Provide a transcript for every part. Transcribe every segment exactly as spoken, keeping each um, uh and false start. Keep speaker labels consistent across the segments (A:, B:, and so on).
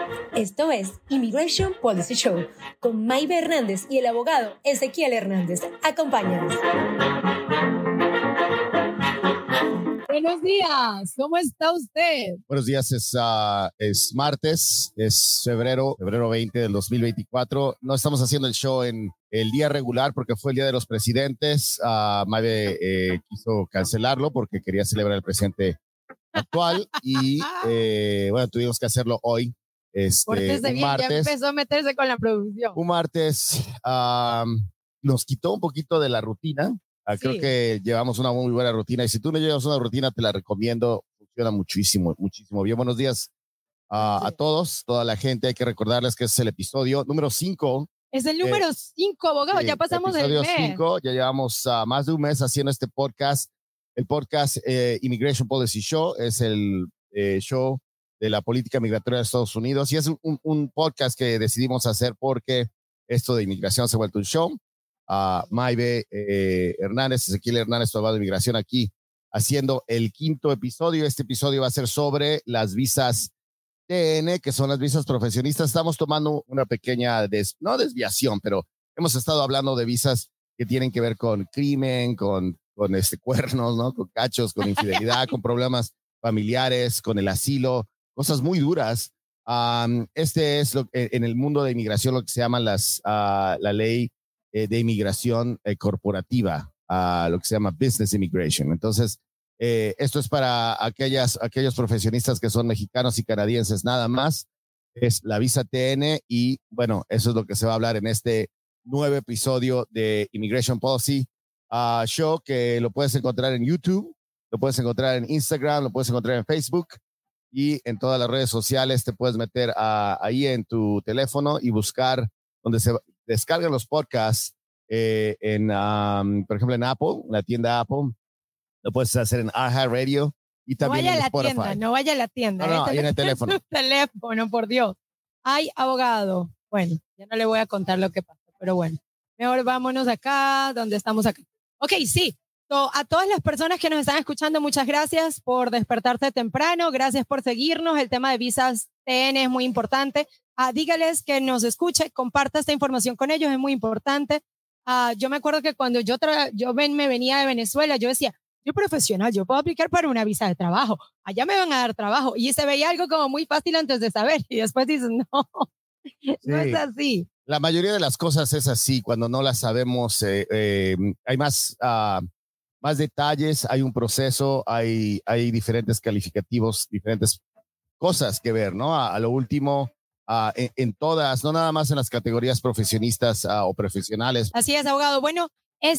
A: Esto es Immigration Policy Show con Maybe Hernández y el abogado Ezequiel Hernández. Acompáñanos.
B: Buenos días, ¿cómo está usted?
C: Buenos días, es, uh, es martes, es febrero, febrero veinte del dos mil veinticuatro. No estamos haciendo el show en el día regular porque fue el Día de los Presidentes. Uh, Mabe eh, quiso cancelarlo porque quería celebrar el presidente actual y eh, bueno, tuvimos que hacerlo hoy. Este,
B: Pórtese
C: un
B: bien,
C: martes,
B: ya empezó a meterse con la producción.
C: Un martes um, nos quitó un poquito de la rutina. Uh, sí. Creo que llevamos una muy buena rutina y si tú no llevas una rutina te la recomiendo, funciona muchísimo, muchísimo bien. Buenos días uh, sí. a todos, toda la gente. Hay que recordarles que es el episodio número cinco.
B: Es el número cinco, eh, abogado, sí, ya pasamos el mes.
C: cinco, ya llevamos uh, más de un mes haciendo este podcast. El podcast eh, Immigration Policy Show es el eh, show de la política migratoria de Estados Unidos y es un, un podcast que decidimos hacer porque esto de inmigración se ha vuelto un show. Uh, Maybe eh, Hernández, Ezequiel Hernández, tu abogado de inmigración, aquí haciendo el quinto episodio. Este episodio va a ser sobre las visas T N, que son las visas profesionistas. Estamos tomando una pequeña, des, no desviación, pero hemos estado hablando de visas que tienen que ver con crimen, con, con este, cuernos, ¿no? Con cachos, con infidelidad, con problemas familiares, con el asilo, cosas muy duras. Um, este es lo, en el mundo de inmigración lo que se llama las, uh, la ley de inmigración eh, corporativa, uh, lo que se llama business immigration. Entonces, eh, esto es para aquellas, aquellos profesionistas que son mexicanos y canadienses nada más. Es la visa T N y, bueno, eso es lo que se va a hablar en este nuevo episodio de Immigration Policy uh, Show, que lo puedes encontrar en YouTube, lo puedes encontrar en Instagram, lo puedes encontrar en Facebook y en todas las redes sociales. Te puedes meter uh, ahí en tu teléfono y buscar donde se descargan los podcasts eh, en, um, por ejemplo, en Apple, en la tienda Apple. Lo puedes hacer en iHeartRadio y también
B: no vaya
C: en
B: a la
C: Spotify.
B: Tienda, no vaya a la tienda.
C: No, no,
B: ¿eh?
C: ahí en el teléfono.
B: teléfono, por Dios. Ay, abogado. Bueno, ya no le voy a contar lo que pasó, pero bueno. Mejor vámonos acá, donde estamos acá. Ok, sí. So, a todas las personas que nos están escuchando, muchas gracias por despertarse temprano. Gracias por seguirnos. El tema de visas T N es muy importante. Uh, dígales que nos escuche, comparta esta información con ellos, es muy importante. Uh, yo me acuerdo que cuando yo, tra- yo ven, me venía de Venezuela, yo decía, yo profesional, yo puedo aplicar para una visa de trabajo, allá me van a dar trabajo. Y se veía algo como muy fácil antes de saber. Y después dices, no, sí. no es así.
C: La mayoría de las cosas es así, cuando no las sabemos, eh, eh, hay más, uh, más detalles, hay un proceso, hay, hay diferentes calificativos, diferentes cosas que ver, ¿no? A, a lo último... Uh, en, en todas, no nada más en las categorías profesionistas uh, o profesionales.
B: Así es, abogado. Bueno,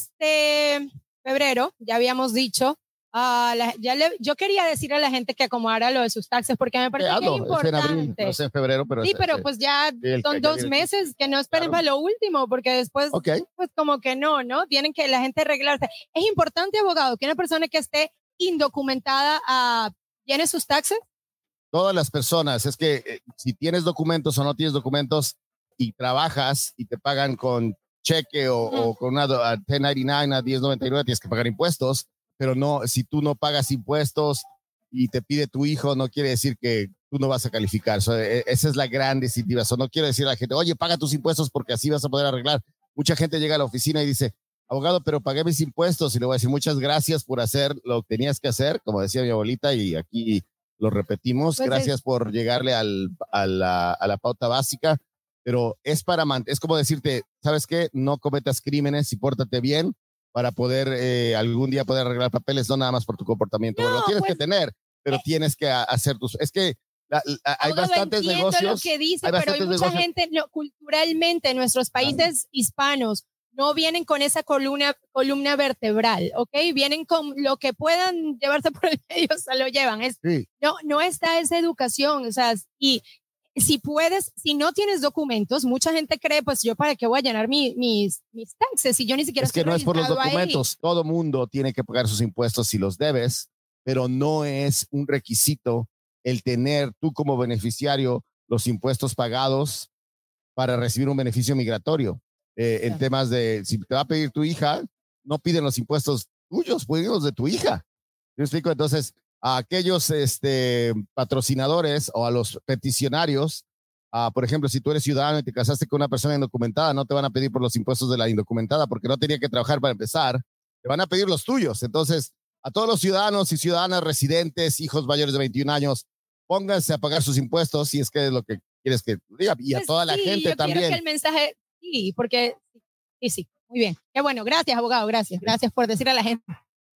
B: este febrero, ya habíamos dicho, uh, la, ya le, yo quería decirle a la gente que acomodara lo de sus taxes porque me parece que es importante.
C: Es en abril, no es en febrero, pero...
B: Sí,
C: es,
B: pero
C: es,
B: pues ya
C: el,
B: son
C: el,
B: dos
C: el,
B: meses, que no esperen
C: claro.
B: para lo último, porque después,
C: okay.
B: pues como que no, ¿no? Tienen que la gente arreglarse. Es importante, abogado, que una persona que esté indocumentada uh, llene sus taxes.
C: Todas las personas, es que eh, si tienes documentos o no tienes documentos y trabajas y te pagan con cheque o, uh-huh. o con una a diez noventa y nueve, a diez noventa y nueve, tienes que pagar impuestos, pero no, si tú no pagas impuestos y te pide tu hijo, no quiere decir que tú no vas a calificar. So, eh, esa es la gran decisiva. So, no quiero decir a la gente, oye, paga tus impuestos porque así vas a poder arreglar. Mucha gente llega a la oficina y dice, abogado, pero pagué mis impuestos, y le voy a decir muchas gracias por hacer lo que tenías que hacer, como decía mi abuelita, y aquí lo repetimos, pues gracias es. por llegarle al, a, la, a la pauta básica, pero es para, es como decirte, ¿sabes qué? No cometas crímenes y pórtate bien para poder eh, algún día poder arreglar papeles, no nada más por tu comportamiento. No, lo tienes pues, que tener, pero eh, tienes que hacer tus... Es que la, la, hay bastantes negocios.
B: Lo que dice,
C: hay
B: pero hay mucha
C: negocios.
B: gente, no, culturalmente, en nuestros países ah. hispanos, no vienen con esa columna, columna vertebral, ¿ok? Vienen con lo que puedan llevarse por el medio, se lo llevan. Es,
C: sí.
B: no, no está esa educación, o sea, y si puedes, si no tienes documentos, mucha gente cree, pues yo para qué voy a llenar mi, mis, mis taxes si yo ni siquiera
C: es que no es por los documentos, ahí. Todo mundo tiene que pagar sus impuestos si los debes, pero no es un requisito el tener tú como beneficiario los impuestos pagados para recibir un beneficio migratorio. Eh, en temas de, si te va a pedir tu hija, no piden los impuestos tuyos, piden los de tu hija. ¿Me explico? Entonces, a aquellos este, patrocinadores o a los peticionarios Uh, por ejemplo, si tú eres ciudadano y te casaste con una persona indocumentada, no te van a pedir por los impuestos de la indocumentada porque no tenía que trabajar para empezar. Te van a pedir los tuyos. Entonces, a todos los ciudadanos y ciudadanas residentes, hijos mayores de veintiún años, pónganse a pagar sus impuestos si es que es lo que quieres que diga. Y
B: Pues
C: a toda la
B: sí,
C: gente
B: yo
C: también.
B: Quiero que el mensaje, sí, porque sí, sí, muy bien. Qué bueno, gracias, abogado, gracias. Gracias por decir a la gente.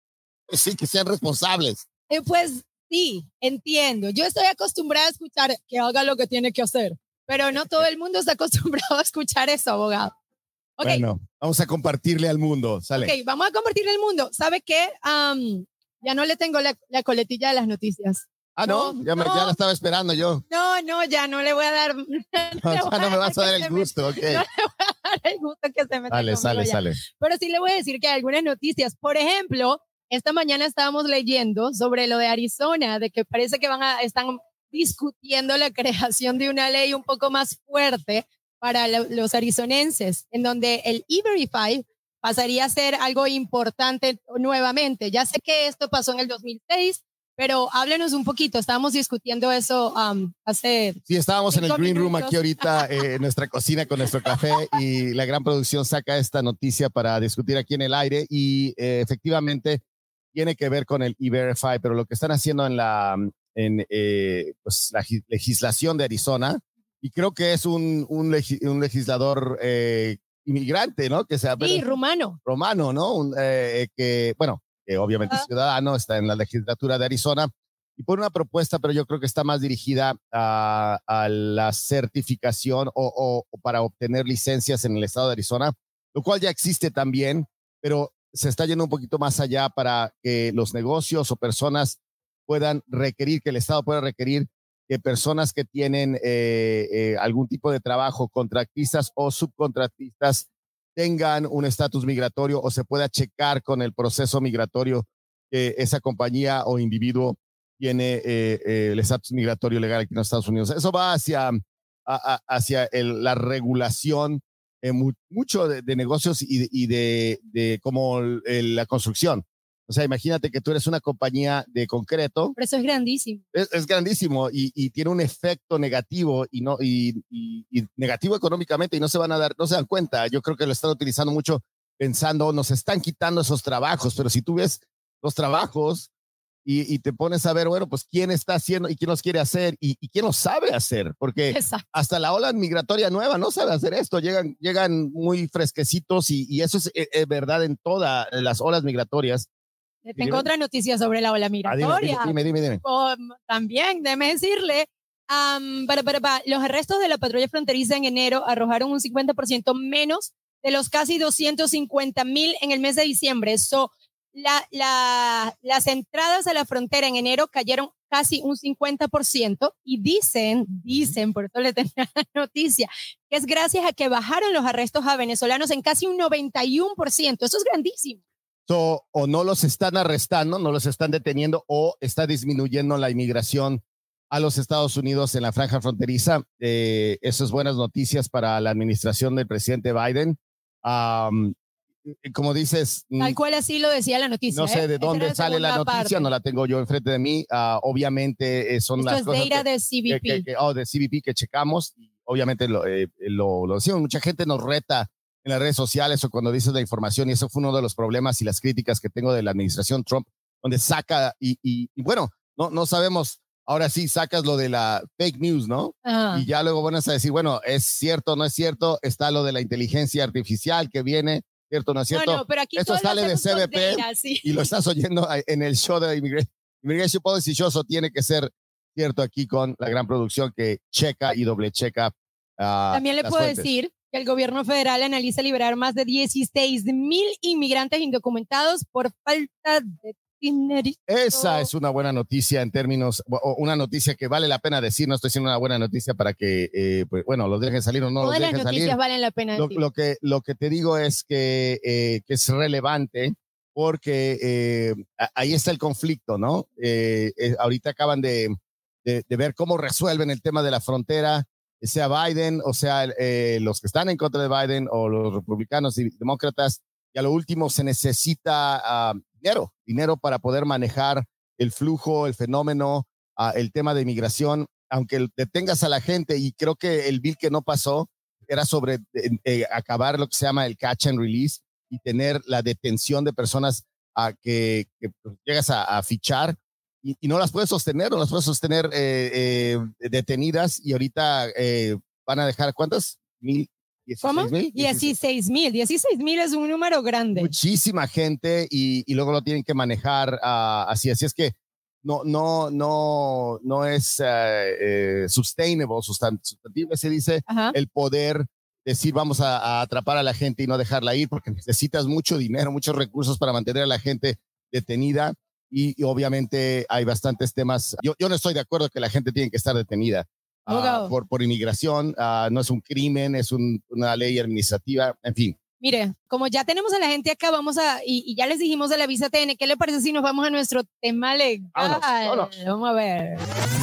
C: Sí, que sean responsables.
B: Eh, pues sí, entiendo. Yo estoy acostumbrada a escuchar que haga lo que tiene que hacer, pero no todo el mundo está acostumbrado a escuchar eso, abogado. Okay.
C: Bueno, vamos a compartirle al mundo. Sale.
B: Ok, vamos a compartirle al mundo. ¿Sabe qué? Um, ya no le tengo la, la coletilla de las noticias.
C: Ah, no, no, ya, me,
B: no,
C: ya la estaba esperando yo.
B: No, no, ya no le voy a dar. No,
C: no, ya no me vas a dar el gusto, ok.
B: No le voy a dar el gusto que se me
C: Sale, sale,
B: ya.
C: sale.
B: Pero sí le voy a decir que hay algunas noticias. Por ejemplo, esta mañana estábamos leyendo sobre lo de Arizona, de que parece que van a, están discutiendo la creación de una ley un poco más fuerte para lo, los arizonenses, en donde el E-Verify pasaría a ser algo importante nuevamente. Ya sé que esto pasó en el dos mil seis, pero háblenos un poquito. Estábamos discutiendo eso um, hace...
C: Sí, estábamos en el green
B: minutos.
C: room aquí ahorita, eh, en nuestra cocina con nuestro café, y la gran producción saca esta noticia para discutir aquí en el aire, y eh, efectivamente tiene que ver con el E-Verify, pero lo que están haciendo en la, en, eh, pues, la legislación de Arizona, y creo que es un, un, legi un legislador eh, inmigrante, ¿no? Que sea,
B: sí, rumano.
C: Romano, ¿no? Un, eh, que, bueno, que obviamente es ciudadano, está en la legislatura de Arizona, y por una propuesta, pero yo creo que está más dirigida a, a la certificación o, o, o para obtener licencias en el estado de Arizona, lo cual ya existe también, pero se está yendo un poquito más allá para que los negocios o personas puedan requerir, que el estado pueda requerir que personas que tienen eh, eh, algún tipo de trabajo, contratistas o subcontratistas, tengan un estatus migratorio o se pueda checar con el proceso migratorio que esa compañía o individuo tiene eh, eh, el estatus migratorio legal aquí en los Estados Unidos. Eso va hacia, a, a, hacia el, la regulación eh, mu mucho de, de negocios y, y de, de como el, la construcción. O sea, imagínate que tú eres una compañía de concreto.
B: Pero eso es grandísimo.
C: Es, es grandísimo y, y tiene un efecto negativo y, no, y, y, y negativo económicamente y no se van a dar, no se dan cuenta. Yo creo que lo están utilizando mucho pensando, nos están quitando esos trabajos, pero si tú ves los trabajos y, y te pones a ver, bueno, pues quién está haciendo y quién los quiere hacer y, y quién los sabe hacer, porque Exacto. hasta la ola migratoria nueva no sabe hacer esto, llegan, llegan muy fresquecitos y, y eso es, es verdad en todas las olas migratorias.
B: Tengo dime. otra noticia sobre la ola migratoria.
C: Ah, dime, dime, dime. dime.
B: Um, también, déjeme decirle, um, para, para, para, los arrestos de la patrulla fronteriza en enero arrojaron un cincuenta por ciento menos de los casi doscientos cincuenta mil en el mes de diciembre. So, la, la, las entradas a la frontera en enero cayeron casi un cincuenta por ciento y dicen, dicen, por eso le tenía la noticia, que es gracias a que bajaron los arrestos a venezolanos en casi un noventa y uno por ciento. Eso es grandísimo.
C: So, o no los están arrestando, no los están deteniendo, o está disminuyendo la inmigración a los Estados Unidos en la franja fronteriza. Eh, eso es buenas noticias para la administración del presidente Biden. Um, como dices,
B: tal cual así lo decía la noticia.
C: No sé de
B: ¿eh?
C: dónde sale la noticia, parte. No la tengo yo enfrente de mí. Uh, obviamente eh, son
B: Esto
C: las
B: es
C: cosas
B: data
C: que,
B: de C B P.
C: Que, que, que, oh, de C B P que checamos. Y obviamente lo, eh, lo, lo decimos. Mucha gente nos reta en las redes sociales o cuando dices la información, y eso fue uno de los problemas y las críticas que tengo de la administración Trump, donde saca y, y, y bueno, no, no sabemos, ahora sí sacas lo de la fake news, ¿no? Uh-huh. Y ya luego van a decir, bueno, es cierto, no es cierto, está lo de la inteligencia artificial que viene, cierto, no es cierto.
B: No, no, pero aquí
C: esto sale de C B P data, sí. Y lo estás oyendo en el show de Immigration, Immigration Policy Show, so tiene que ser cierto aquí con la gran producción que checa y doble checa. Uh,
B: También le puedo fuentes. decir que el gobierno federal analiza liberar más de dieciséis mil inmigrantes indocumentados por falta de dinero.
C: Esa es una buena noticia en términos, o una noticia que vale la pena decir. No estoy diciendo una buena noticia para que, eh, pues, bueno, los dejen salir o no
B: Todas
C: los dejen
B: las noticias
C: salir.
B: Valen la pena
C: lo, lo, que, lo que te digo es que, eh, que es relevante porque eh, ahí está el conflicto, ¿no? Eh, eh, ahorita acaban de, de, de ver cómo resuelven el tema de la frontera, sea Biden, o sea, eh, los que están en contra de Biden o los republicanos y demócratas, y a lo último se necesita uh, dinero, dinero para poder manejar el flujo, el fenómeno, uh, el tema de inmigración. aunque detengas a la gente, y creo que el bill que no pasó era sobre eh, eh, acabar lo que se llama el catch and release y tener la detención de personas a que, que pues, llegas a, a fichar y, y no las puedes sostener, no las puedes sostener eh, eh, detenidas, y ahorita eh, van a dejar, ¿cuántas? Mil.
B: ¿Cómo? dieciséis mil. dieciséis mil es un número grande.
C: Muchísima gente, y, y luego lo tienen que manejar uh, así. Así es que no, no, no, no es uh, eh, sustainable, sustantivo, se dice, Ajá. el poder decir vamos a, a atrapar a la gente y no dejarla ir, porque necesitas mucho dinero, muchos recursos para mantener a la gente detenida, y, y obviamente hay bastantes temas. Yo, yo no estoy de acuerdo que la gente tiene que estar detenida. Uh, por, por inmigración, uh, no es un crimen, es un, una ley administrativa, en fin.
B: Mire, como ya tenemos a la gente acá, vamos a, y, y ya les dijimos de la visa T N, ¿qué le parece si nos vamos a nuestro tema legal?
C: Vámonos, vámonos.
B: Vamos a ver.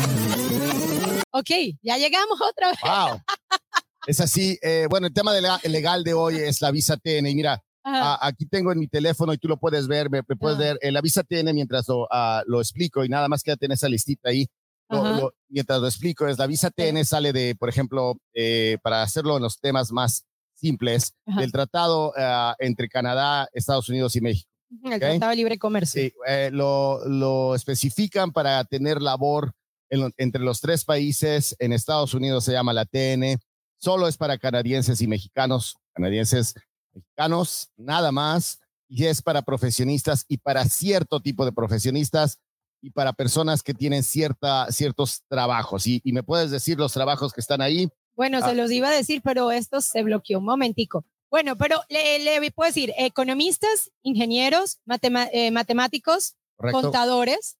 B: Ok, ya llegamos otra vez.
C: Wow. Es así, eh, bueno, el tema de la, el legal de hoy es la visa T N, y mira, uh, aquí tengo en mi teléfono y tú lo puedes ver, me, me puedes uh. ver eh, la visa T N mientras lo, uh, lo explico, y nada más quédate en esa listita ahí. Lo, lo, mientras lo explico, es la visa T N sale de, por ejemplo, eh, para hacerlo en los temas más simples, Ajá. del tratado uh, entre Canadá, Estados Unidos y México.
B: El ¿okay? Tratado de Libre Comercio.
C: Sí, eh, lo, lo especifican para tener labor en, entre los tres países. En Estados Unidos se llama la T N, solo es para canadienses y mexicanos, canadienses, mexicanos, nada más, y es para profesionistas y para cierto tipo de profesionistas, y para personas que tienen cierta, ciertos trabajos. Y, y me puedes decir los trabajos que están ahí.
B: Bueno, ah. se los iba a decir, pero esto se bloqueó un momentico. Bueno, pero le, le puedo decir economistas, ingenieros, matema, eh, matemáticos, Correcto. contadores,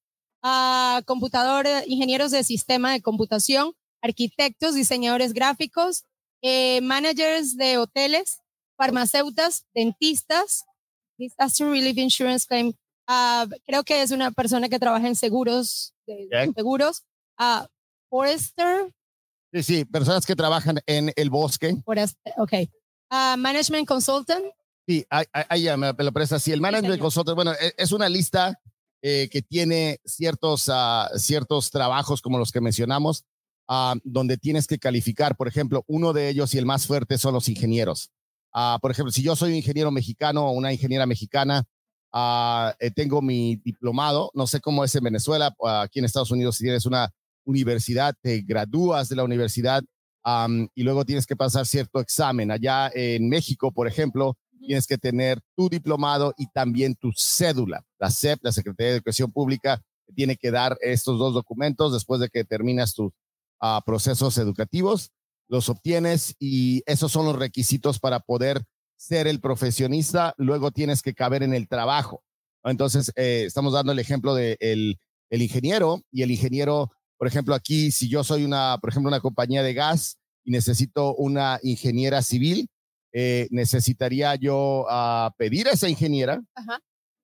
B: uh, computadores, ingenieros de sistema de computación, arquitectos, diseñadores gráficos, eh, managers de hoteles, farmacéuticas, dentistas, disaster relief insurance claim. Uh, creo que es una persona que trabaja en seguros, de, seguros. Uh, Forester.
C: Sí, sí, personas que trabajan en el bosque.
B: Forester, ok. Uh, management Consultant.
C: Sí, ahí, ahí ya me lo presta. Sí, el Management sí, Consultant, bueno, es una lista eh, que tiene ciertos, uh, ciertos trabajos como los que mencionamos, uh, donde tienes que calificar. Por ejemplo, uno de ellos y el más fuerte son los ingenieros. Uh, por ejemplo, si yo soy un ingeniero mexicano o una ingeniera mexicana, Uh, eh, tengo mi diplomado, no sé cómo es en Venezuela, uh, aquí en Estados Unidos si tienes una universidad, te gradúas de la universidad um, y luego tienes que pasar cierto examen. Allá en México, por ejemplo, uh-huh. tienes que tener tu diplomado y también tu cédula. La S E P, la Secretaría de Educación Pública, tiene que dar estos dos documentos después de que terminas tus uh, procesos educativos, los obtienes, y esos son los requisitos para poder ser el profesionista. Luego tienes que caber en el trabajo. Entonces, eh, estamos dando el ejemplo de el, el ingeniero, y el ingeniero, por ejemplo, aquí, si yo soy una, por ejemplo, una compañía de gas y necesito una ingeniera civil, eh, necesitaría yo uh, pedir a esa ingeniera. Ajá.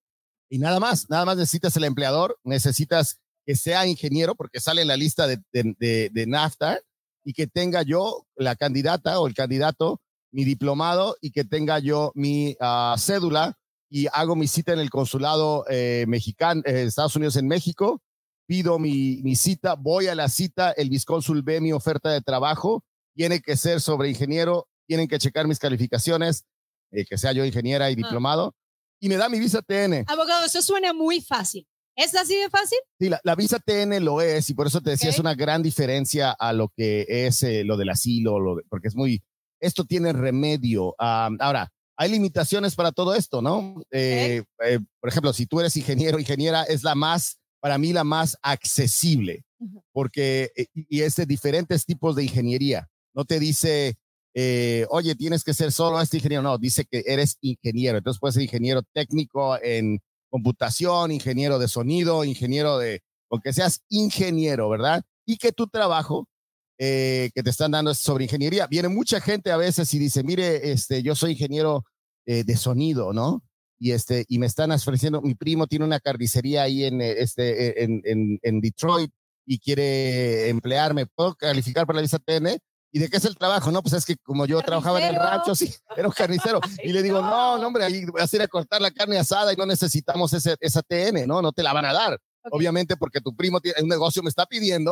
C: Y nada más, nada más necesitas el empleador, necesitas que sea ingeniero, porque sale en la lista de, de, de, de NAFTA, y que tenga yo, la candidata o el candidato, mi diplomado, y que tenga yo mi uh, cédula, y hago mi cita en el consulado eh, mexicano, eh, Estados Unidos en México, pido mi, mi cita, voy a la cita, el viscónsul ve mi oferta de trabajo, tiene que ser sobre ingeniero, tienen que checar mis calificaciones, eh, que sea yo ingeniera y diplomado, ah. y me da mi visa T N.
B: Abogado, eso suena muy fácil. ¿Es así de fácil?
C: Sí, la, la visa T N lo es, y por eso te decía, okay. es una gran diferencia a lo que es eh, lo del asilo, lo de, porque es muy... Esto tiene remedio. Um, ahora, hay limitaciones para todo esto, ¿no? Eh, eh, por ejemplo, si tú eres ingeniero, ingeniera, es la más, para mí, la más accesible, uh-huh. porque, y es de diferentes tipos de ingeniería. No te dice, eh, oye, tienes que ser solo este ingeniero. No, dice que eres ingeniero. Entonces puedes ser ingeniero técnico en computación, ingeniero de sonido, ingeniero de, porque seas ingeniero, ¿verdad? Y que tu trabajo Eh, que te están dando sobre ingeniería. Viene mucha gente a veces y dice, mire, este, yo soy ingeniero eh, de sonido, ¿no? Y, este, y me están ofreciendo, mi primo tiene una carnicería ahí en, este, en, en, en Detroit y quiere emplearme. ¿Puedo calificar para la visa T N? ¿Y de qué es el trabajo? No, pues es que como yo ¿Carnicero? trabajaba en el rancho, sí, era un carnicero. Y le digo, no, no, hombre, ahí vas a ir a cortar la carne asada y no necesitamos ese, esa T N, ¿no? No te la van a dar. Okay. Obviamente porque tu primo tiene un negocio, me está pidiendo,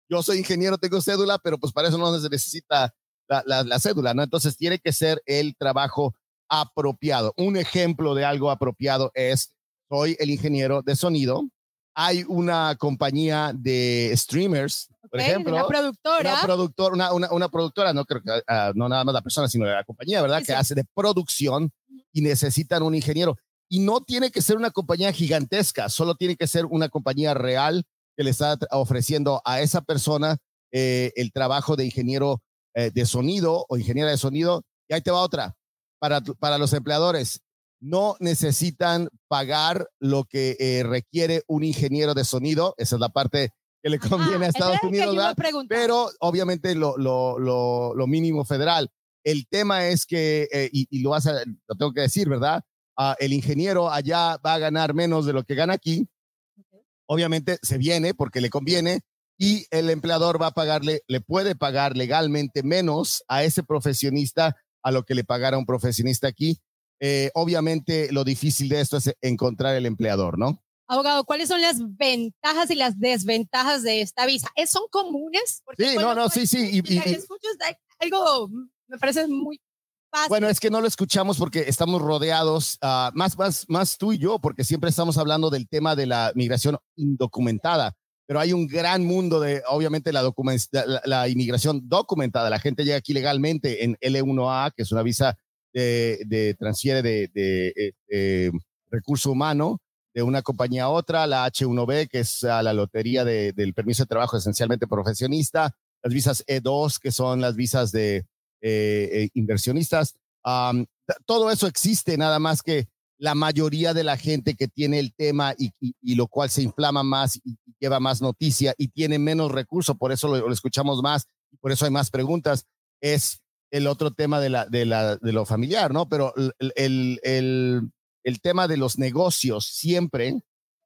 C: yo soy ingeniero, tengo cédula, pero pues para eso no se necesita la, la, la cédula, ¿no? Entonces tiene que ser el trabajo apropiado. Un ejemplo de algo apropiado es, soy el ingeniero de sonido. Hay una compañía de streamers, por
B: okay,
C: ejemplo.
B: Una productora.
C: Una, productor, una, una, una productora, no creo que, uh, no nada más la persona, sino la compañía, ¿verdad? Sí, que sí. hace de producción y necesitan un ingeniero. Y no tiene que ser una compañía gigantesca, solo tiene que ser una compañía real que le está ofreciendo a esa persona eh, el trabajo de ingeniero eh, de sonido o ingeniera de sonido. Y ahí te va otra. Para, para los empleadores, no necesitan pagar lo que eh, requiere un ingeniero de sonido. Esa es la parte que le conviene ah, a Estados Unidos, ¿verdad? Pero obviamente lo, lo, lo, lo mínimo federal. El tema es que, eh, y, y lo, vas a, lo tengo que decir, ¿verdad? Uh, el ingeniero allá va a ganar menos de lo que gana aquí. Okay. Obviamente se viene porque le conviene y el empleador va a pagarle, le puede pagar legalmente menos a ese profesionista a lo que le pagara un profesionista aquí. Eh, obviamente lo difícil de esto es encontrar el empleador, ¿no?
B: Abogado, ¿cuáles son las ventajas y las desventajas de esta visa? ¿Son comunes?
C: Porque sí, no, no, sí, sí. Y, y, y
B: escuchas algo, me parece muy fácil.
C: Bueno, es que no lo escuchamos porque estamos rodeados, uh, más, más, más tú y yo, porque siempre estamos hablando del tema de la migración indocumentada, pero hay un gran mundo de, obviamente, la, la, la inmigración documentada. La gente llega aquí legalmente en L uno A, que es una visa de, de transfiere de, de, de, de recurso humano de una compañía a otra, la H uno B, que es uh, la lotería de, del permiso de trabajo esencialmente profesionista, las visas E dos, que son las visas de eh, eh, inversionistas. Um, todo eso existe, nada más que la mayoría de la gente que tiene el tema y, y, y lo cual se inflama más y, y lleva más noticia y tiene menos recursos, por eso lo, lo escuchamos más y por eso hay más preguntas, es el otro tema de, la, de, la, de lo familiar, ¿no? Pero el, el, el, el tema de los negocios siempre,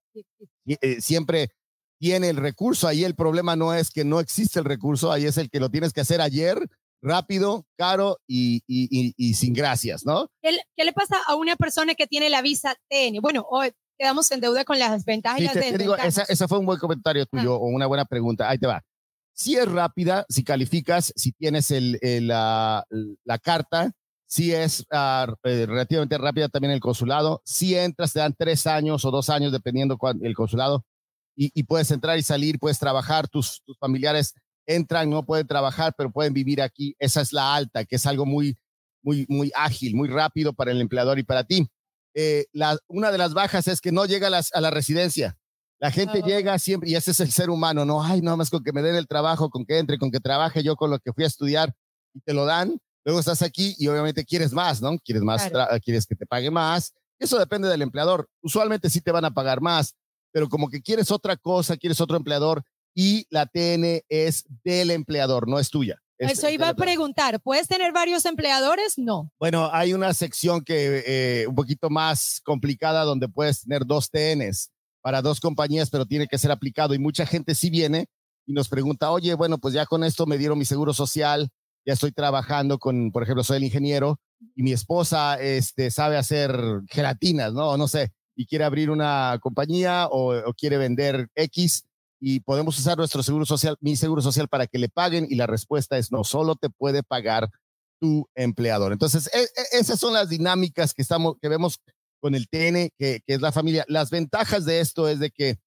C: eh, siempre tiene el recurso. Ahí el problema no es que no existe el recurso, ahí es el que lo tienes que hacer ayer, rápido, caro y, y, y, y sin gracias, ¿no?
B: ¿Qué, ¿Qué le pasa a una persona que tiene la visa T N? Bueno, hoy quedamos en deuda con las ventajas
C: sí,
B: y las
C: te, te
B: desventajas.
C: Digo, esa, esa fue un buen comentario tuyo ah. o una buena pregunta. Ahí te va. Si es rápida, si calificas, si tienes el, el, la, la carta, si es uh, relativamente rápida también el consulado. Si entras, te dan tres años o dos años, dependiendo cuál, el consulado, y, y puedes entrar y salir, puedes trabajar, tus, tus familiares entran, no pueden trabajar, pero pueden vivir aquí. Esa es la alta, que es algo muy, muy, muy ágil, muy rápido para el empleador y para ti. Eh, la, una de las bajas es que no llega a, las, a la residencia. La gente oh. llega siempre, y ese es el ser humano, no, ay, no más con que me den el trabajo, con que entre, con que trabaje yo con lo que fui a estudiar y te lo dan. Luego estás aquí y obviamente quieres más, ¿no? Quieres más, claro. Quieres que te pague más. Eso depende del empleador. Usualmente sí te van a pagar más, pero como que quieres otra cosa, quieres otro empleador y la T N es del empleador, no es tuya. Es
B: Eso iba a preguntar, ¿puedes tener varios empleadores? No.
C: Bueno, hay una sección que eh, un poquito más complicada donde puedes tener dos T Ns para dos compañías, pero tiene que ser aplicado y mucha gente sí viene y nos pregunta, oye, bueno, pues ya con esto me dieron mi seguro social, ya estoy trabajando con, por ejemplo, soy el ingeniero y mi esposa este, sabe hacer gelatinas, ¿no? No sé, y quiere abrir una compañía o, o quiere vender X y podemos usar nuestro seguro social, mi seguro social para que le paguen y la respuesta es no, solo te puede pagar tu empleador. Entonces, e, e, esas son las dinámicas que, estamos, que vemos con el T N, que, que es la familia. Las ventajas de esto es de que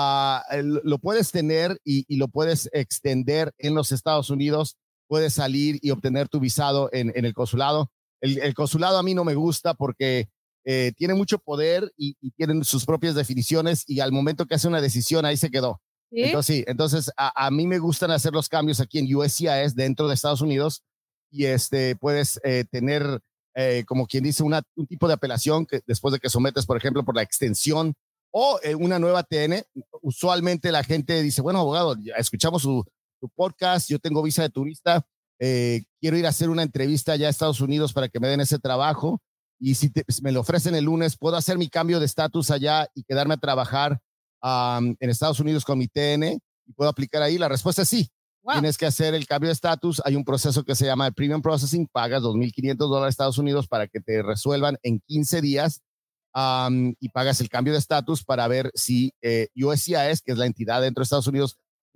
C: uh, lo puedes tener y, y lo puedes extender en los Estados Unidos, puedes salir y obtener tu visado en, en el consulado. El, el consulado a mí no me gusta porque eh, tiene mucho poder y, y tienen sus propias definiciones y al momento que hace una decisión ahí se quedó. ¿Sí? Entonces, sí, entonces a, a mí me gustan hacer los cambios aquí en U S C I S dentro de Estados Unidos y este, puedes eh, tener, eh, como quien dice, una, un tipo de apelación que después de que sometes, por ejemplo, por la extensión o eh, una nueva T N. Usualmente la gente dice, bueno, abogado, ya escuchamos su, su podcast, yo tengo visa de turista, eh, quiero ir a hacer una entrevista allá a Estados Unidos para que me den ese trabajo y si, te, si me lo ofrecen el lunes, ¿puedo hacer mi cambio de estatus allá y quedarme a trabajar Um, en Estados Unidos con mi T N y puedo aplicar ahí? La respuesta es sí. Wow. Tienes que hacer el cambio de estatus. Hay un proceso que se llama el Premium Processing. Pagas dos mil quinientos dólares a Estados Unidos para que te resuelvan en quince días um, y pagas el cambio de estatus para ver si eh, U S C I S, que es la entidad dentro de Estados Unidos,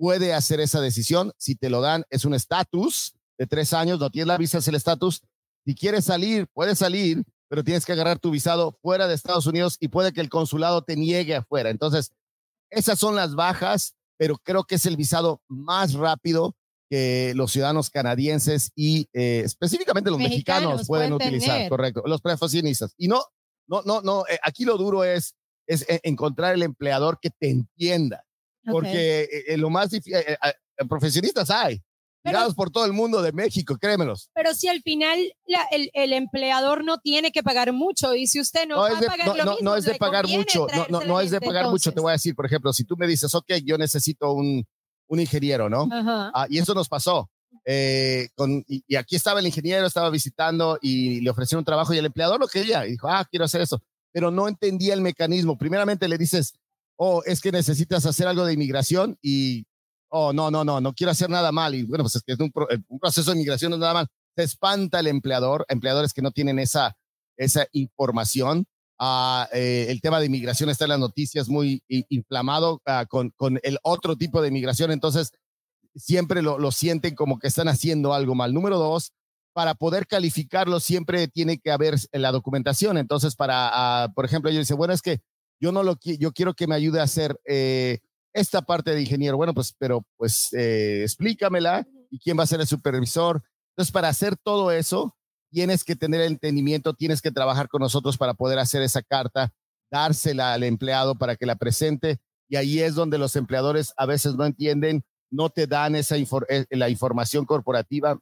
C: puede hacer esa decisión. Si te lo dan, es un estatus de tres años, no tienes la visa, es el estatus. Si quieres salir, puedes salir, pero tienes que agarrar tu visado fuera de Estados Unidos y puede que el consulado te niegue afuera. Entonces, esas son las bajas, pero creo que es el visado más rápido que los ciudadanos canadienses y eh, específicamente los mexicanos, mexicanos pueden, pueden utilizar, tener. Correcto, los profesionistas. Y no, no, no, no, eh, aquí lo duro es, es eh, encontrar el empleador que te entienda, okay. porque eh, lo más difícil, eh, eh, profesionistas hay, tirados por todo el mundo de México, créemelos.
B: Pero si al final la, el, el empleador no tiene que pagar mucho y si usted no, no va
C: de,
B: a pagar
C: no,
B: lo
C: no,
B: mismo,
C: no es de pagar mucho, no, no, no es de pagar entonces. mucho, te voy a decir, por ejemplo, si tú me dices, ok, yo necesito un, un ingeniero, ¿no? Ah, y eso nos pasó. Eh, con, y, y aquí estaba el ingeniero, estaba visitando y le ofrecieron un trabajo y el empleador lo quería y dijo, ah, quiero hacer eso, pero no entendía el mecanismo. Primeramente le dices, oh, es que necesitas hacer algo de inmigración y oh, no, no, no, no quiero hacer nada mal. Y bueno, pues es que es un, pro, un proceso de inmigración no es nada mal. Se espanta el empleador, empleadores que no tienen esa, esa información. Uh, eh, el tema de inmigración está en las noticias muy i, inflamado uh, con, con el otro tipo de inmigración. Entonces, siempre lo, lo sienten como que están haciendo algo mal. Número dos, para poder calificarlo siempre tiene que haber la documentación. Entonces, para, uh, por ejemplo, ellos dicen, bueno, es que yo no lo yo quiero que me ayude a hacer eh, esta parte de ingeniero. Bueno, pues, pero pues eh, explícamela y quién va a ser el supervisor. Entonces, para hacer todo eso, tienes que tener el entendimiento, tienes que trabajar con nosotros para poder hacer esa carta, dársela al empleado para que la presente. Y ahí es donde los empleadores a veces no entienden, no te dan esa infor la información corporativa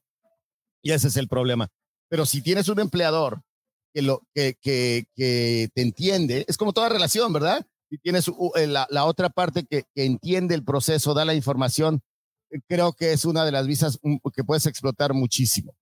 C: y ese es el problema. Pero si tienes un empleador que, lo, que, que, que te entiende, es como toda relación, ¿verdad? Si tienes uh, la, la otra parte que, que entiende el proceso, da la información, creo que es una de las visas um, que puedes explotar muchísimo.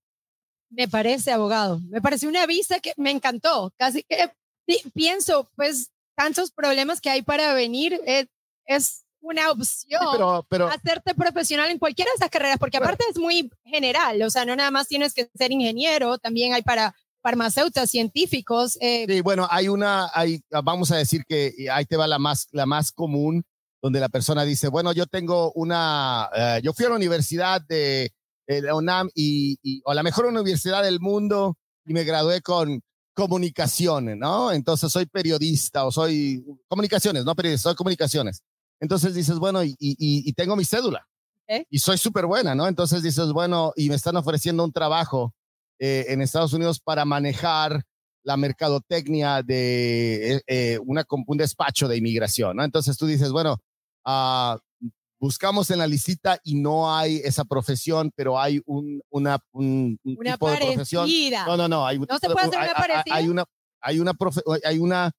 B: Me parece, abogado, me parece una visa que me encantó. Casi que pienso, pues, tantos problemas que hay para venir, es, es una opción, sí, pero, pero, hacerte profesional en cualquiera de esas carreras, porque aparte bueno, es muy general, o sea, no nada más tienes que ser ingeniero, también hay para farmacéuticos, científicos. Eh.
C: Sí, bueno, hay una, hay, vamos a decir que ahí te va la más, la más común, donde la persona dice, bueno, yo tengo una, uh, yo fui a la universidad de, de la UNAM y, y, o la mejor universidad del mundo y me gradué con comunicaciones, ¿no? Entonces soy periodista o soy comunicaciones, no periodista, soy comunicaciones. Entonces dices, bueno, y, y, y tengo mi cédula ¿Eh? y soy súper buena, ¿no? Entonces dices, bueno, y me están ofreciendo un trabajo eh, en Estados Unidos para manejar la mercadotecnia de eh, una, un despacho de inmigración, ¿no? Entonces tú dices, bueno, uh, buscamos en la listita y no hay esa profesión, pero hay un, una, un, un
B: una
C: tipo
B: parecida.
C: de profesión. No, no, no. Hay,
B: ¿No se puede hacer una
C: hay,
B: parecida?
C: Hay una, hay una, profe, hay una,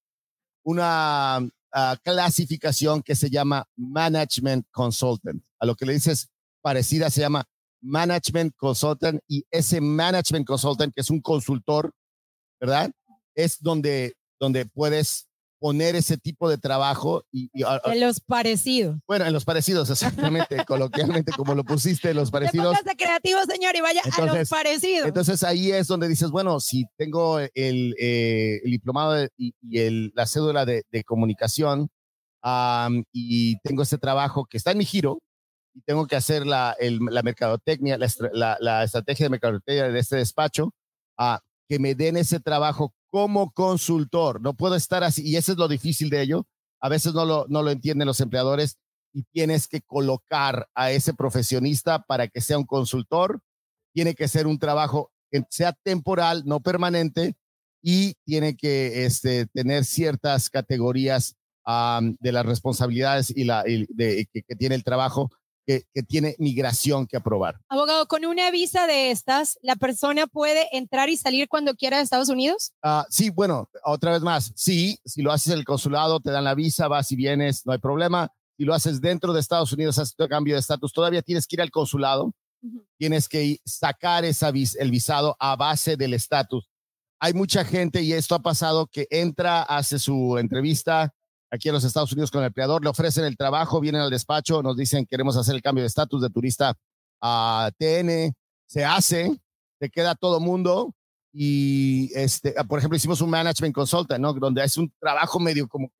C: una uh, clasificación que se llama Management Consultant. A lo que le dices parecida se llama Management Consultant y ese Management Consultant, que es un consultor, ¿verdad? Es donde, donde puedes poner ese tipo de trabajo. Y, y,
B: en los parecidos.
C: Bueno, en los parecidos, exactamente, coloquialmente, como lo pusiste, en los parecidos.
B: Póngase creativo, señor, y vaya entonces, a los parecidos.
C: Entonces ahí es donde dices, bueno, si tengo el, eh, el diplomado de, y, y el, la cédula de, de comunicación um, y tengo este trabajo que está en mi giro y tengo que hacer la, el, la mercadotecnia, la, la, la estrategia de mercadotecnia de este despacho, uh, que me den ese trabajo como consultor. No puedo estar así, y eso es lo difícil de ello. A veces no lo, no lo entienden los empleadores y tienes que colocar a ese profesionista para que sea un consultor. Tiene que ser un trabajo que sea temporal, no permanente, y tiene que este, tener ciertas categorías um, de las responsabilidades y la, y de, que, que tiene el trabajo. Que, que tiene migración que aprobar.
B: Abogado, con una visa de estas, ¿la persona puede entrar y salir cuando quiera de Estados Unidos?
C: Uh, sí, bueno, otra vez más, sí, si lo haces en el consulado, te dan la visa, vas y vienes, no hay problema. Si lo haces dentro de Estados Unidos, haces tu cambio de estatus, todavía tienes que ir al consulado, uh-huh. tienes que sacar esa vis el visado a base del estatus. Hay mucha gente, y esto ha pasado, que entra, hace su entrevista aquí en los Estados Unidos con el empleador, le ofrecen el trabajo, vienen al despacho, nos dicen queremos hacer el cambio de estatus de turista a T N, se hace, te queda todo mundo y este, por ejemplo hicimos un management consultant, ¿no? Donde es un trabajo medio como que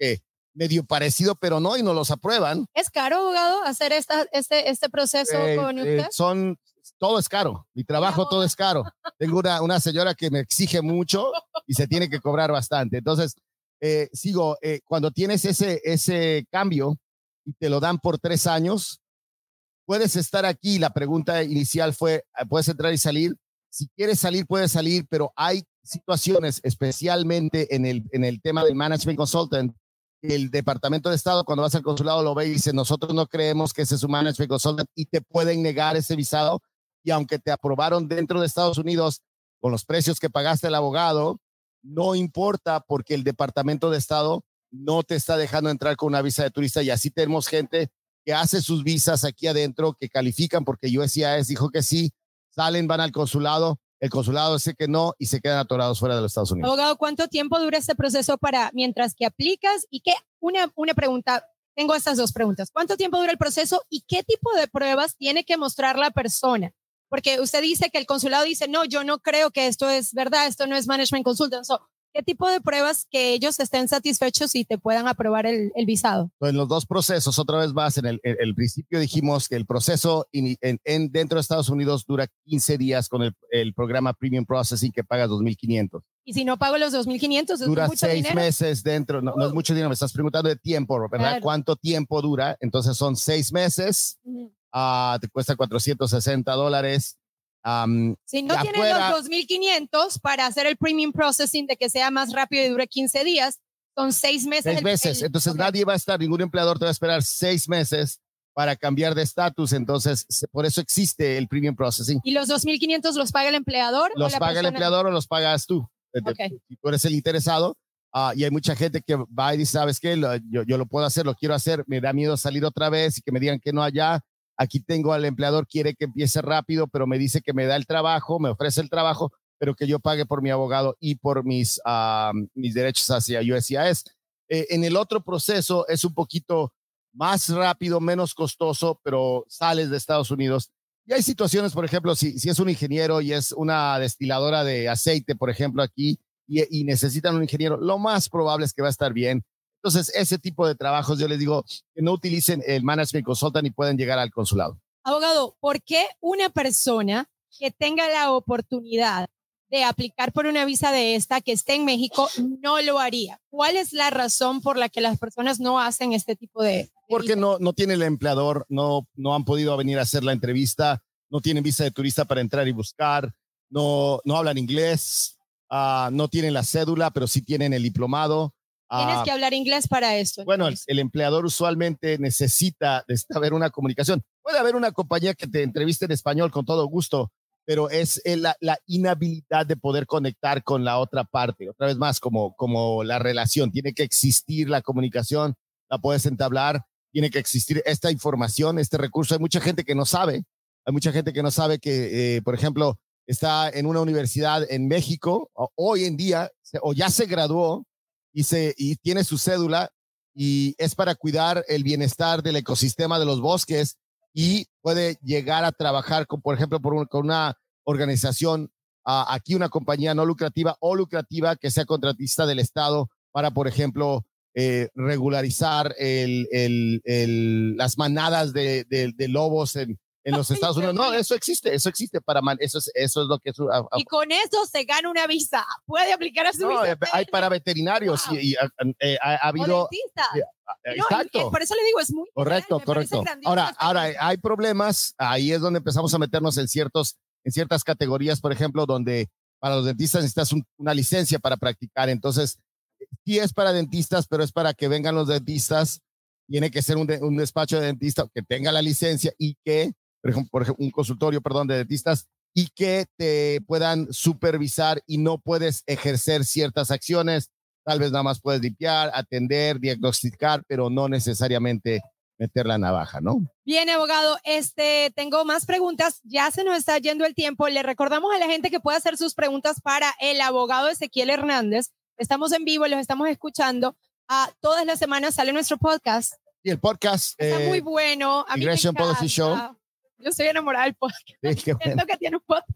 C: medio parecido, pero no, y no los aprueban.
B: ¿Es caro, abogado, hacer esta, este, este proceso
C: Eh,
B: con usted?
C: eh, son, todo es caro. Mi trabajo, todo es caro. Tengo una, una señora que me exige mucho y se tiene que cobrar bastante. Entonces, eh, sigo, eh, cuando tienes ese, ese cambio y te lo dan por tres años, puedes estar aquí. La pregunta inicial fue, ¿puedes entrar y salir? Si quieres salir, puedes salir, pero hay situaciones, especialmente en el, en el tema del management consultant. El Departamento de Estado, cuando vas al consulado, lo ve y dice, nosotros no creemos que ese es un management consultant, y te pueden negar ese visado. Y aunque te aprobaron dentro de Estados Unidos con los precios que pagaste el abogado, no importa, porque el Departamento de Estado no te está dejando entrar con una visa de turista. Y así tenemos gente que hace sus visas aquí adentro, que califican porque U S C I S dijo que sí, salen, van al consulado, el consulado dice que no y se quedan atorados fuera de los Estados Unidos.
B: Abogado, ¿cuánto tiempo dura este proceso para mientras que aplicas? Y qué, una, una pregunta, tengo estas dos preguntas. ¿Cuánto tiempo dura el proceso y qué tipo de pruebas tiene que mostrar la persona? Porque usted dice que el consulado dice, no, yo no creo que esto es verdad, esto no es management consultant. So, ¿qué tipo de pruebas que ellos estén satisfechos y te puedan aprobar el, el visado?
C: En los dos procesos, otra vez más, en el, en el principio dijimos que el proceso in, en, en, dentro de Estados Unidos dura quince días con el, el programa Premium Processing, que pagas dos mil quinientos.
B: Y si no pago los dos mil quinientos, ¿es
C: dura
B: mucho
C: seis
B: dinero?
C: meses dentro, no, uh. no es mucho dinero, me estás preguntando de tiempo, ¿verdad? Claro. ¿Cuánto tiempo dura? Entonces son seis meses, uh-huh. uh, te cuesta cuatrocientos sesenta dólares. Um,
B: si no tienes los dos mil quinientos para hacer el premium processing de que sea más rápido y dure quince días, son seis meses.
C: Seis
B: el,
C: meses.
B: El,
C: Entonces okay. Nadie va a estar, ningún empleador te va a esperar seis meses para cambiar de estatus. Entonces, por eso existe el premium processing.
B: ¿Y los dos mil quinientos los paga el empleador?
C: ¿Los
B: o la
C: paga persona? El empleador o los pagas tú?
B: Okay.
C: Si tú eres el interesado. Uh, y hay mucha gente que va y dice, ¿sabes qué? Lo, yo, yo lo puedo hacer, lo quiero hacer, me da miedo salir otra vez y que me digan que no allá. Aquí tengo al empleador, quiere que empiece rápido, pero me dice que me da el trabajo, me ofrece el trabajo, pero que yo pague por mi abogado y por mis, uh, mis derechos hacia U S C I S. Eh, en el otro proceso es un poquito más rápido, menos costoso, pero sales de Estados Unidos. Y hay situaciones, por ejemplo, si, si es un ingeniero y es una destiladora de aceite, por ejemplo, aquí, y, y necesitan un ingeniero, lo más probable es que va a estar bien. Entonces, ese tipo de trabajos, yo les digo que no utilicen el management consultant y pueden llegar al consulado.
B: Abogado, ¿por qué una persona que tenga la oportunidad de aplicar por una visa de esta, que esté en México, no lo haría? ¿Cuál es la razón por la que las personas no hacen este tipo de, de
C: Porque no, no tiene el empleador, no, no han podido venir a hacer la entrevista, no tienen visa de turista para entrar y buscar, no, no hablan inglés, uh, no tienen la cédula, pero sí tienen el diplomado.
B: Tienes
C: Uh,
B: que hablar inglés para esto.
C: Bueno, el, el empleador usualmente necesita haber una comunicación. Puede haber una compañía que te entreviste en español con todo gusto, pero es la, la inhabilidad de poder conectar con la otra parte. Otra vez más, como, como la relación. Tiene que existir la comunicación, la puedes entablar, tiene que existir esta información, este recurso. Hay mucha gente que no sabe, hay mucha gente que no sabe que, eh, por ejemplo, está en una universidad en México, o, hoy en día, o ya se graduó, Y, se, y tiene su cédula y es para cuidar el bienestar del ecosistema de los bosques, y puede llegar a trabajar con, por ejemplo, por un, con una organización, uh, aquí una compañía no lucrativa o lucrativa que sea contratista del Estado para, por ejemplo, eh, regularizar el, el, el, las manadas de, de, de lobos en, en los Estados Unidos. No, eso existe, eso existe para man, eso es, eso es lo que es. A, a,
B: y con eso se gana una visa. Puede aplicar a su
C: no,
B: visa.
C: Hay para veterinarios. Wow. y, y eh, ha, ha habido.
B: O dentistas.
C: Eh, exacto.
B: No, por eso le digo, es muy
C: correcto,
B: real,
C: correcto. Ahora, ahora hay problemas. Ahí es donde empezamos a meternos en ciertos, en ciertas categorías, por ejemplo, donde para los dentistas necesitas un, una licencia para practicar. Entonces, sí es para dentistas, pero es para que vengan los dentistas. Tiene que ser un, de, un despacho de dentista que tenga la licencia y que por ejemplo, por ejemplo, un consultorio, perdón, de dentistas, y que te puedan supervisar, y no puedes ejercer ciertas acciones. Tal vez nada más puedes limpiar, atender, diagnosticar, pero no necesariamente meter la navaja, ¿no?
B: Bien, abogado, este, tengo más preguntas. Ya se nos está yendo el tiempo. Le recordamos a la gente que puede hacer sus preguntas para el abogado Ezequiel Hernández. Estamos en vivo, los estamos escuchando. Uh, todas las semanas sale nuestro podcast.
C: Y el podcast
B: está eh, muy bueno. A
C: Immigration Policy Show.
B: Yo estoy enamorada del podcast. Sí, qué bueno. Siento que tiene un podcast.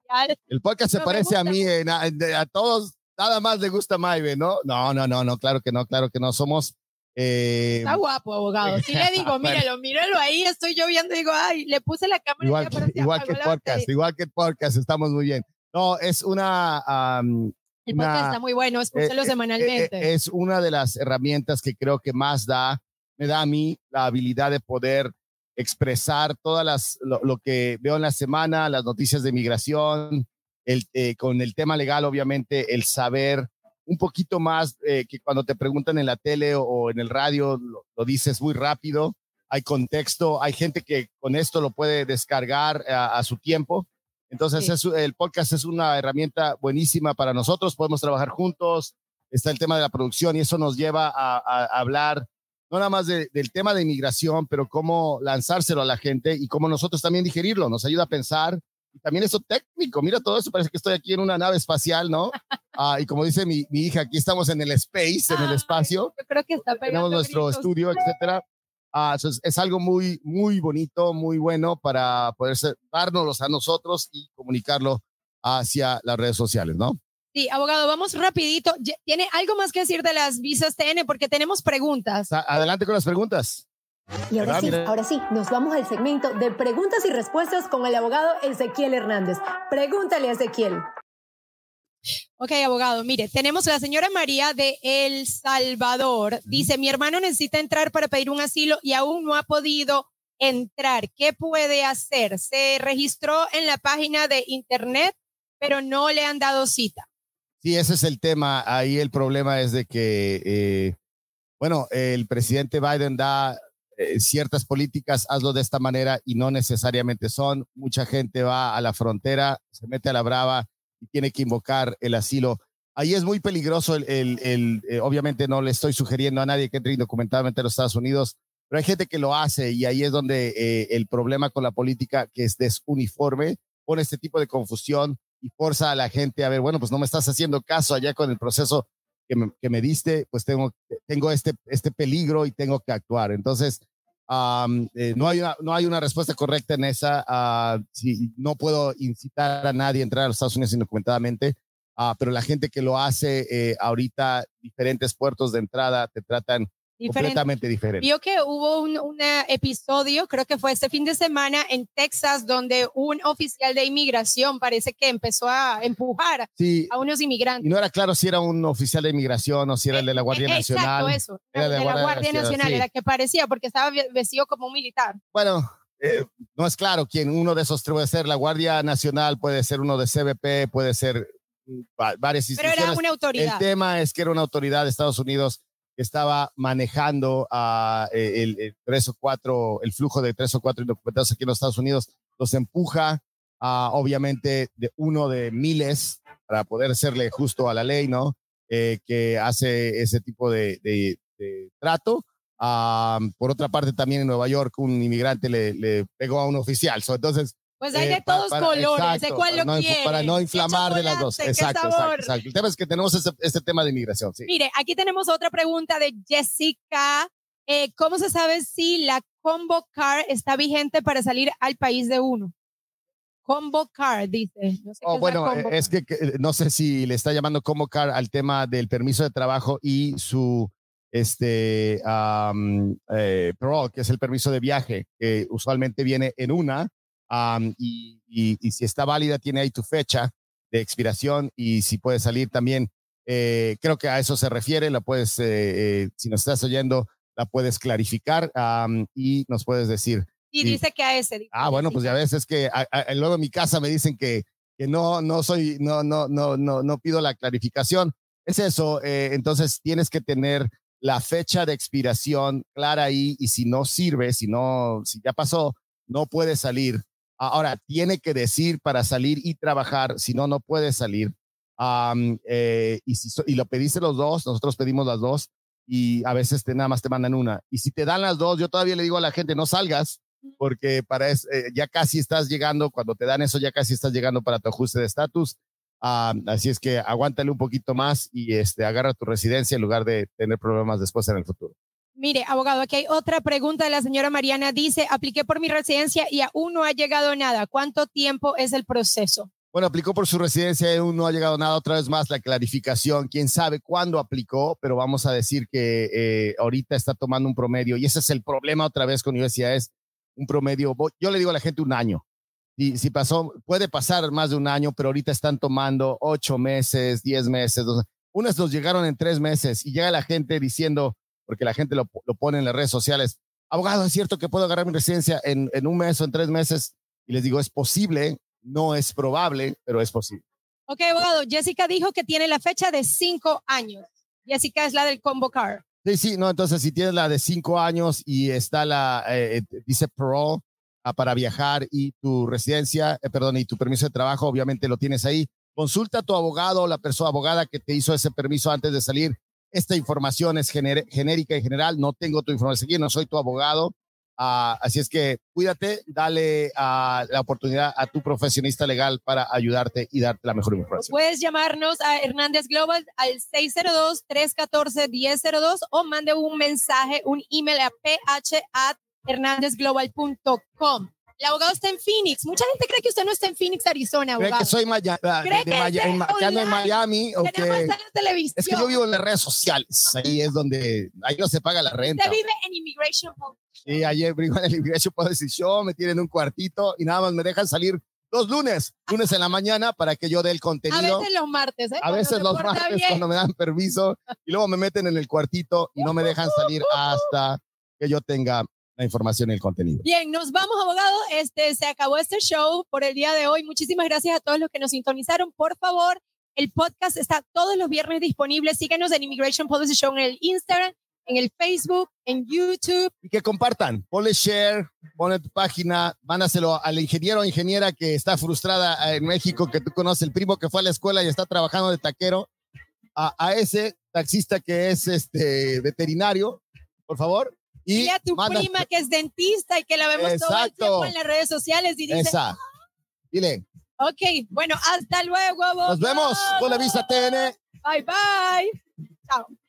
C: El podcast se no parece a mí, eh, a, a todos, nada más le gusta Maive, ¿no? No, no, no, no, claro que no, claro que no. Somos, Eh,
B: Está guapo, abogado. Sí le digo, míralo, míralo ahí, estoy yo viendo y digo, ay, le puse la cámara.
C: Igual, que, igual que podcast, igual que podcast, estamos muy bien. No, es una... Um,
B: El
C: una,
B: podcast está muy bueno, escúchelo
C: eh,
B: semanalmente.
C: Eh, es una de las herramientas que creo que más da, me da a mí la habilidad de poder expresar todas las, lo, lo que veo en la semana, las noticias de migración, el, eh, con el tema legal, obviamente, el saber un poquito más eh, que cuando te preguntan en la tele o, o en el radio, lo, lo dices muy rápido, hay contexto, hay gente que con esto lo puede descargar a, a su tiempo. Entonces, sí. es, el podcast es una herramienta buenísima para nosotros, podemos trabajar juntos, está el tema de la producción y eso nos lleva a, a, a hablar no nada más de, del tema de inmigración, pero cómo lanzárselo a la gente y cómo nosotros también digerirlo, nos ayuda a pensar y también eso técnico, mira todo eso, parece que estoy aquí en una nave espacial, ¿no? Uh, y como dice mi, mi hija, aquí estamos en el space, en el espacio,
B: yo creo que está
C: tenemos nuestro gritos. estudio, etcétera. Uh, so es, es algo muy, muy bonito, muy bueno para poder ser, dárnoslos a nosotros y comunicarlo hacia las redes sociales, ¿no?
B: Sí, abogado, vamos rapidito. ¿Tiene algo más que decir de las visas T N? Porque tenemos preguntas.
C: Adelante con las preguntas.
A: Y ahora sí, ahora sí, nos vamos al segmento de preguntas y respuestas con el abogado Ezequiel Hernández. Pregúntale a Ezequiel.
B: Ok, abogado, mire, tenemos a la señora María de El Salvador. Dice, mi hermano necesita entrar para pedir un asilo y aún no ha podido entrar. ¿Qué puede hacer? Se registró en la página de internet, pero no le han dado cita.
C: Sí, ese es el tema. Ahí el problema es de que, eh, bueno, el presidente Biden da eh, ciertas políticas, hazlo de esta manera y no necesariamente son. Mucha gente va a la frontera, se mete a la brava y tiene que invocar el asilo. Ahí es muy peligroso. El, el, el, eh, obviamente no le estoy sugiriendo a nadie que entre indocumentadamente a los Estados Unidos, pero hay gente que lo hace y ahí es donde eh, el problema con la política, que es desuniforme, pone este tipo de confusión y forza a la gente a ver, bueno, pues no me estás haciendo caso allá con el proceso que me, que me diste, pues tengo, tengo este, este peligro y tengo que actuar. Entonces, um, eh, no, hay una, no hay una respuesta correcta en esa. Uh, si, no puedo incitar a nadie a entrar a los Estados Unidos indocumentadamente, uh, pero la gente que lo hace, eh, ahorita diferentes puertos de entrada te tratan Diferente. completamente diferente.
B: Vio que hubo un, un episodio, creo que fue este fin de semana en Texas, donde un oficial de inmigración parece que empezó a empujar
C: sí,
B: a unos inmigrantes.
C: Y no era claro si era un oficial de inmigración o si era eh, el de la Guardia
B: eh,
C: Nacional.
B: Exacto, eso.
C: Era
B: de, de la Guardia, Guardia Nacional, Nacional sí. Era que parecía, porque estaba vestido como un militar.
C: Bueno, eh, no es claro quién uno de esos puede ser. La Guardia Nacional puede ser uno de C B P, puede ser varias instituciones.
B: Pero era una autoridad.
C: El tema es que era una autoridad de Estados Unidos que estaba manejando uh, el, el tres o cuatro, el flujo de tres o cuatro indocumentados aquí en los Estados Unidos, los empuja, uh, obviamente, de uno de miles para poder serle justo a la ley, ¿no? Eh, que hace ese tipo de, de, de trato. Uh, por otra parte, también en Nueva York, un inmigrante le, le pegó a un oficial. So, entonces,
B: pues hay de eh, todos para, colores, exacto, ¿de cuál lo
C: no,
B: quiere?
C: Para no inflamar de las dos. Exacto, exacto, exacto. El tema es que tenemos este, este tema de inmigración, sí.
B: Mire, aquí tenemos otra pregunta de Jessica. Eh, ¿Cómo se sabe si la Combo Card está vigente para salir al país de uno? Combo Card, dice. No sé
C: oh,
B: qué
C: bueno,
B: es,
C: es que, que no sé si le está llamando Combo Card al tema del permiso de trabajo y su este um, eh, parole, que es el permiso de viaje, que usualmente viene en una. Um, y, y, y si está válida, tiene ahí tu fecha de expiración y si puede salir también, eh, creo que a eso se refiere, la puedes, eh, eh, si nos estás oyendo, la puedes clarificar um, y nos puedes decir.
B: Y, y dice que a ese. Dice
C: ah, bueno, pues ya ves, es que a, a, luego en mi casa me dicen que, que no, no soy, no, no, no, no, no pido la clarificación. Es eso, eh, entonces tienes que tener la fecha de expiración clara ahí y si no sirve, si no, si ya pasó, no puede salir. Ahora, tiene que decir para salir y trabajar, si no, no puede salir. Um, eh, y, si, y lo pediste los dos, nosotros pedimos las dos y a veces te, nada más te mandan una. Y si te dan las dos, yo todavía le digo a la gente, no salgas, porque para eso, eh, ya casi estás llegando, cuando te dan eso, ya casi estás llegando para tu ajuste de estatus. Um, así es que aguántale un poquito más y este, agarra tu residencia en lugar de tener problemas después en el futuro.
B: Mire, abogado, aquí hay otra pregunta de la señora Mariana. Dice, apliqué por mi residencia y aún no ha llegado nada. ¿Cuánto tiempo es el proceso?
C: Bueno, aplicó por su residencia y aún no ha llegado nada. Otra vez más la clarificación. Quién sabe cuándo aplicó, pero vamos a decir que eh, ahorita está tomando un promedio. Y ese es el problema otra vez con universidades. Un promedio, yo le digo a la gente un año. Y si pasó, puede pasar más de un año, pero ahorita están tomando ocho meses, diez meses. doce. Unas nos llegaron en tres meses y llega la gente diciendo, porque la gente lo, lo pone en las redes sociales, abogado, ¿es cierto que puedo agarrar mi residencia en, en un mes o en tres meses? Y les digo, es posible. No es probable, pero es posible.
B: Ok, abogado. Jessica dijo que tiene la fecha de cinco años. Jessica es la del convocar.
C: Sí, sí, no, entonces si tienes la de cinco años y está la, eh, dice parole uh, para viajar y tu residencia, eh, perdón, y tu permiso de trabajo, obviamente lo tienes ahí. Consulta a tu abogado o la persona abogada que te hizo ese permiso antes de salir. Esta información es gener- genérica y general. No tengo tu información aquí, no soy tu abogado. Uh, así es que cuídate, dale uh, la oportunidad a tu profesionista legal para ayudarte y darte la mejor información.
B: Puedes llamarnos a Hernández Global al seis cero dos, tres uno cuatro, uno cero cero dos o mande un mensaje, un email a p h at hernandez global punto com. El abogado está en Phoenix. Mucha gente cree que usted no está en Phoenix, Arizona, abogado.
C: ¿Cree que soy Maya,
B: ¿Cree
C: de, de
B: que
C: Maya, en, que ando en Miami?
B: ¿O que no está en la televisión?
C: Es que yo vivo en las redes sociales. Ahí es donde, ahí no se paga la renta.
B: Usted vive en Immigration Policy.
C: Sí, ayer vivo en el Immigration Policy Show, me tienen un cuartito y nada más me dejan salir los lunes, lunes en la mañana para que yo dé el contenido.
B: A veces los martes, ¿eh?
C: A veces los martes bien. Cuando me dan permiso y luego me meten en el cuartito y no me dejan salir hasta que yo tenga la información y el contenido.
B: Bien, nos vamos, abogado. Este, se acabó este show por el día de hoy. Muchísimas gracias a todos los que nos sintonizaron. Por favor, el podcast está todos los viernes disponible. Síguenos en Immigration Policy Show en el Instagram, en el Facebook, en YouTube.
C: Y que compartan. Ponle share, ponle tu página, mándaselo al ingeniero o ingeniera que está frustrada en México, que tú conoces, el primo que fue a la escuela y está trabajando de taquero, a, a ese taxista que es este veterinario, por favor.
B: Y a tu manda, prima que es dentista y que la vemos exacto. todo el tiempo en las redes sociales y dice,
C: esa. Dile.
B: Ok, bueno, hasta luego, abogado.
C: Nos vemos con la Vista T N.
B: Bye, bye. Chao.